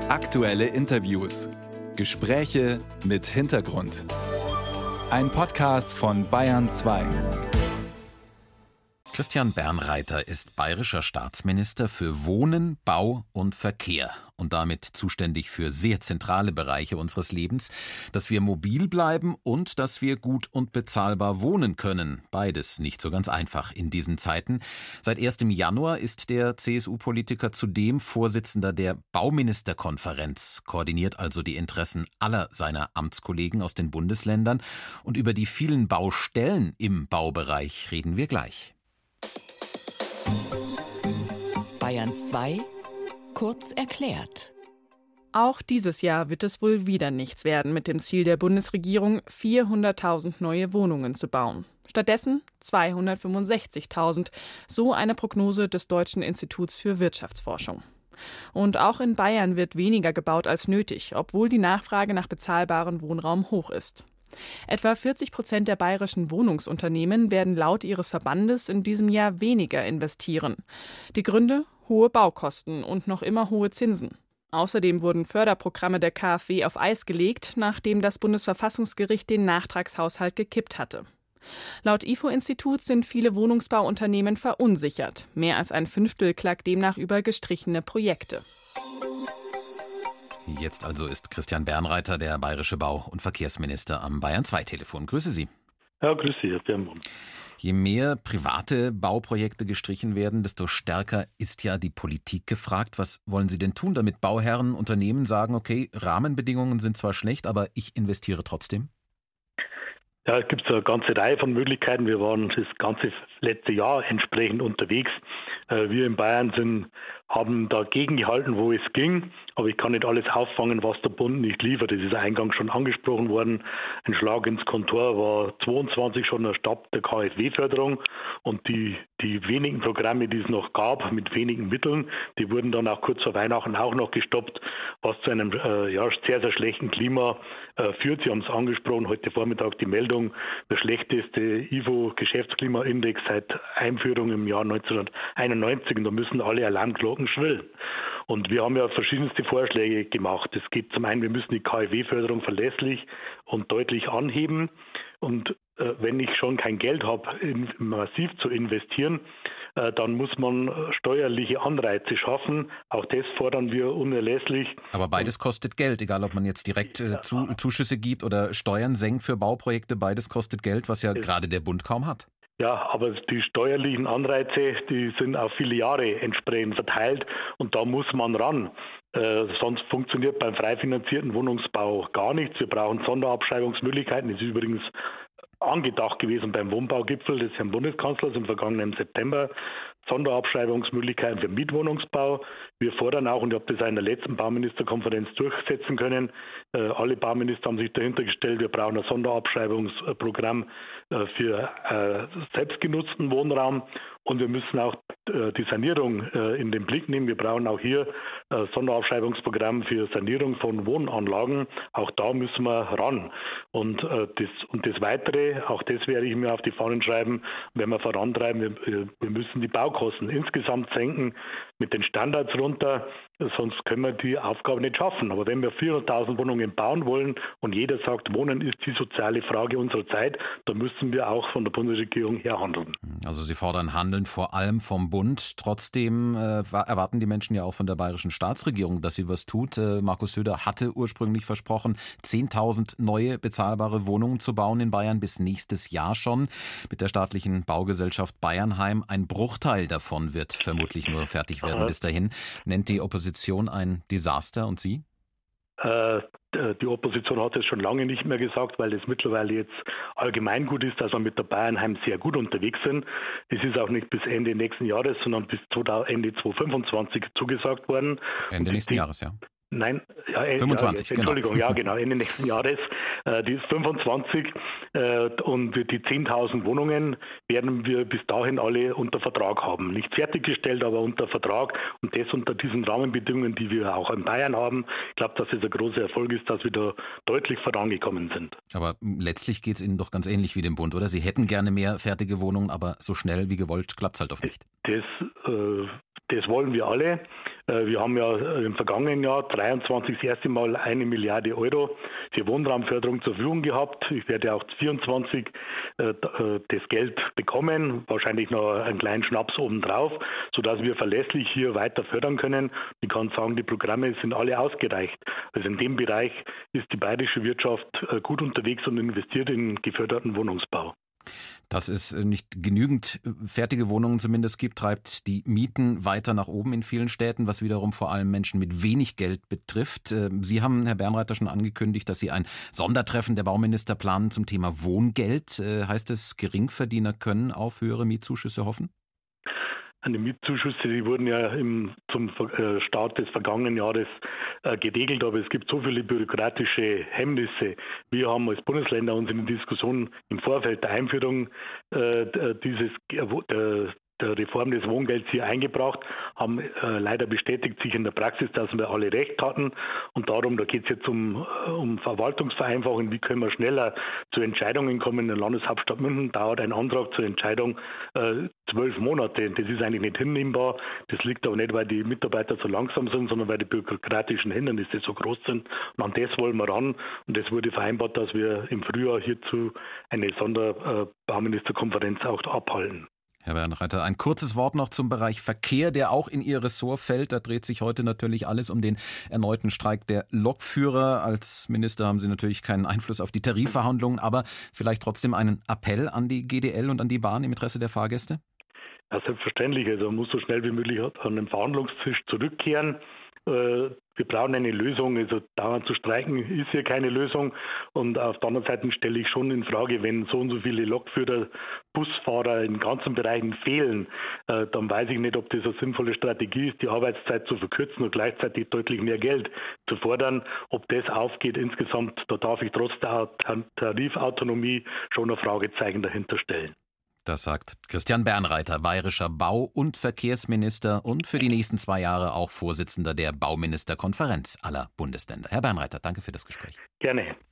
Aktuelle Interviews. Gespräche mit Hintergrund. Ein Podcast von Bayern 2. Christian Bernreiter ist bayerischer Staatsminister für Wohnen, Bau und Verkehr und damit zuständig für sehr zentrale Bereiche unseres Lebens, dass wir mobil bleiben und dass wir gut und bezahlbar wohnen können. Beides nicht so ganz einfach in diesen Zeiten. Seit 1. Januar ist der CSU-Politiker zudem Vorsitzender der Bauministerkonferenz, koordiniert also die Interessen aller seiner Amtskollegen aus den Bundesländern. Und über die vielen Baustellen im Baubereich reden wir gleich. Bayern 2 kurz erklärt. Auch dieses Jahr wird es wohl wieder nichts werden mit dem Ziel der Bundesregierung, 400.000 neue Wohnungen zu bauen. Stattdessen 265.000, so eine Prognose des Deutschen Instituts für Wirtschaftsforschung. Und auch in Bayern wird weniger gebaut als nötig, obwohl die Nachfrage nach bezahlbarem Wohnraum hoch ist. Etwa 40% der bayerischen Wohnungsunternehmen werden laut ihres Verbandes in diesem Jahr weniger investieren. Die Gründe? Hohe Baukosten und noch immer hohe Zinsen. Außerdem wurden Förderprogramme der KfW auf Eis gelegt, nachdem das Bundesverfassungsgericht den Nachtragshaushalt gekippt hatte. Laut IFO-Institut sind viele Wohnungsbauunternehmen verunsichert. Mehr als ein Fünftel klagt demnach über gestrichene Projekte. Jetzt also ist Christian Bernreiter, der bayerische Bau- und Verkehrsminister, am Bayern-2-Telefon. Grüße Sie. Ja, grüße Sie, Herr Birnbaum. Je mehr private Bauprojekte gestrichen werden, desto stärker ist ja die Politik gefragt. Was wollen Sie denn tun, damit Bauherren, Unternehmen sagen, okay, Rahmenbedingungen sind zwar schlecht, aber ich investiere trotzdem? Ja, es gibt eine ganze Reihe von Möglichkeiten. Wir waren das ganze letzte Jahr entsprechend unterwegs. Wir in Bayern haben dagegen gehalten, wo es ging. Aber ich kann nicht alles auffangen, was der Bund nicht liefert. Das ist eingangs schon angesprochen worden. Ein Schlag ins Kontor war 22 schon der Stopp der KfW-Förderung. Und die wenigen Programme, die es noch gab, mit wenigen Mitteln, die wurden dann auch kurz vor Weihnachten auch noch gestoppt, was zu einem sehr, sehr schlechten Klima führt. Sie haben es angesprochen, heute Vormittag die Meldung, der schlechteste IFO-Geschäftsklimaindex seit Einführung im Jahr 1991. Und da müssen alle Alarmglocken schrillen. Und wir haben ja verschiedenste Vorschläge gemacht. Es geht zum einen, wir müssen die KfW-Förderung verlässlich und deutlich anheben. Und wenn ich schon kein Geld habe, massiv zu investieren, dann muss man steuerliche Anreize schaffen. Auch das fordern wir unerlässlich. Aber beides kostet Geld, egal ob man jetzt direkt Zuschüsse gibt oder Steuern senkt für Bauprojekte. Beides kostet Geld, was ja gerade der Bund kaum hat. Ja, aber die steuerlichen Anreize, die sind auf viele Jahre entsprechend verteilt und da muss man ran. Sonst funktioniert beim frei finanzierten Wohnungsbau gar nichts. Wir brauchen Sonderabschreibungsmöglichkeiten. Das ist übrigens angedacht gewesen beim Wohnbaugipfel des Herrn Bundeskanzlers im vergangenen September. Sonderabschreibungsmöglichkeiten für Mietwohnungsbau. Wir fordern auch, und ich habe das auch in der letzten Bauministerkonferenz durchsetzen können, alle Bauminister haben sich dahinter gestellt, wir brauchen ein Sonderabschreibungsprogramm für selbstgenutzten Wohnraum und wir müssen auch die Sanierung in den Blick nehmen. Wir brauchen auch hier ein Sonderabschreibungsprogramm für Sanierung von Wohnanlagen. Auch da müssen wir ran. Und das Weitere, auch das werde ich mir auf die Fahnen schreiben, wenn wir vorantreiben, wir müssen die Baukosten insgesamt senken, mit den Standards runter, sonst können wir die Aufgabe nicht schaffen. Aber wenn wir 400.000 Wohnungen bauen wollen und jeder sagt, Wohnen ist die soziale Frage unserer Zeit, dann müssen wir auch von der Bundesregierung her handeln. Also Sie fordern Handeln vor allem vom Bund. Trotzdem erwarten die Menschen ja auch von der bayerischen Staatsregierung, dass sie was tut. Markus Söder hatte ursprünglich versprochen, 10.000 neue bezahlbare Wohnungen zu bauen in Bayern bis nächstes Jahr schon. Mit der staatlichen Baugesellschaft Bayernheim. Ein Bruchteil davon wird vermutlich nur fertig werden bis dahin. Nennt die Opposition ein Desaster und Sie? Die Opposition hat es schon lange nicht mehr gesagt, weil es mittlerweile jetzt allgemeingut ist, dass wir mit der Bayernheim sehr gut unterwegs sind. Es ist auch nicht bis Ende nächsten Jahres, sondern bis Ende 2025 zugesagt worden. Ende nächsten Jahres, ja. Nein, ja, 25, Entschuldigung, genau. Ja, genau, Ende nächsten Jahres. Die ist 25 und die 10.000 Wohnungen werden wir bis dahin alle unter Vertrag haben. Nicht fertiggestellt, aber unter Vertrag und das unter diesen Rahmenbedingungen, die wir auch in Bayern haben. Ich glaube, dass es ein großer Erfolg ist, dass wir da deutlich vorangekommen sind. Aber letztlich geht es Ihnen doch ganz ähnlich wie dem Bund, oder? Sie hätten gerne mehr fertige Wohnungen, aber so schnell wie gewollt klappt es halt oft nicht. Das wollen wir alle. Wir haben ja im vergangenen Jahr 23 das erste Mal 1 Milliarde Euro für Wohnraumförderung zur Verfügung gehabt. Ich werde auch 24 das Geld bekommen, wahrscheinlich noch einen kleinen Schnaps obendrauf, sodass wir verlässlich hier weiter fördern können. Ich kann sagen, die Programme sind alle ausgereicht. Also in dem Bereich ist die bayerische Wirtschaft gut unterwegs und investiert in geförderten Wohnungsbau. Dass es nicht genügend fertige Wohnungen zumindest gibt, treibt die Mieten weiter nach oben in vielen Städten, was wiederum vor allem Menschen mit wenig Geld betrifft. Sie haben, Herr Bernreiter, schon angekündigt, dass Sie ein Sondertreffen der Bauminister planen zum Thema Wohngeld. Heißt es, Geringverdiener können auf höhere Mietzuschüsse hoffen? Die Mietzuschüsse, die wurden ja zum Start des vergangenen Jahres geregelt, aber es gibt so viele bürokratische Hemmnisse. Wir haben als Bundesländer uns in der Diskussion im Vorfeld der Einführung der Reform des Wohngelds hier eingebracht, haben leider bestätigt sich in der Praxis, dass wir alle recht hatten. Und darum, da geht es jetzt um Verwaltungsvereinfachung, wie können wir schneller zu Entscheidungen kommen. In der Landeshauptstadt München dauert ein Antrag zur Entscheidung 12 Monate. Das ist eigentlich nicht hinnehmbar. Das liegt aber nicht, weil die Mitarbeiter so langsam sind, sondern weil die bürokratischen Hindernisse so groß sind. Und an das wollen wir ran. Und es wurde vereinbart, dass wir im Frühjahr hierzu eine Sonderbauministerkonferenz auch abhalten. Herr Bernreiter, ein kurzes Wort noch zum Bereich Verkehr, der auch in Ihr Ressort fällt. Da dreht sich heute natürlich alles um den erneuten Streik der Lokführer. Als Minister haben Sie natürlich keinen Einfluss auf die Tarifverhandlungen, aber vielleicht trotzdem einen Appell an die GDL und an die Bahn im Interesse der Fahrgäste? Ja, selbstverständlich. Also man muss so schnell wie möglich an den Verhandlungstisch zurückkehren. Wir brauchen eine Lösung. Also dauernd zu streiken ist hier keine Lösung. Und auf der anderen Seite stelle ich schon in Frage, wenn so und so viele Lokführer, Busfahrer in ganzen Bereichen fehlen, dann weiß ich nicht, ob das eine sinnvolle Strategie ist, die Arbeitszeit zu verkürzen und gleichzeitig deutlich mehr Geld zu fordern. Ob das aufgeht insgesamt, da darf ich trotz der Tarifautonomie schon ein Fragezeichen dahinter stellen. Das sagt Christian Bernreiter, bayerischer Bau- und Verkehrsminister und für die nächsten 2 Jahre auch Vorsitzender der Bauministerkonferenz aller Bundesländer. Herr Bernreiter, danke für das Gespräch. Gerne.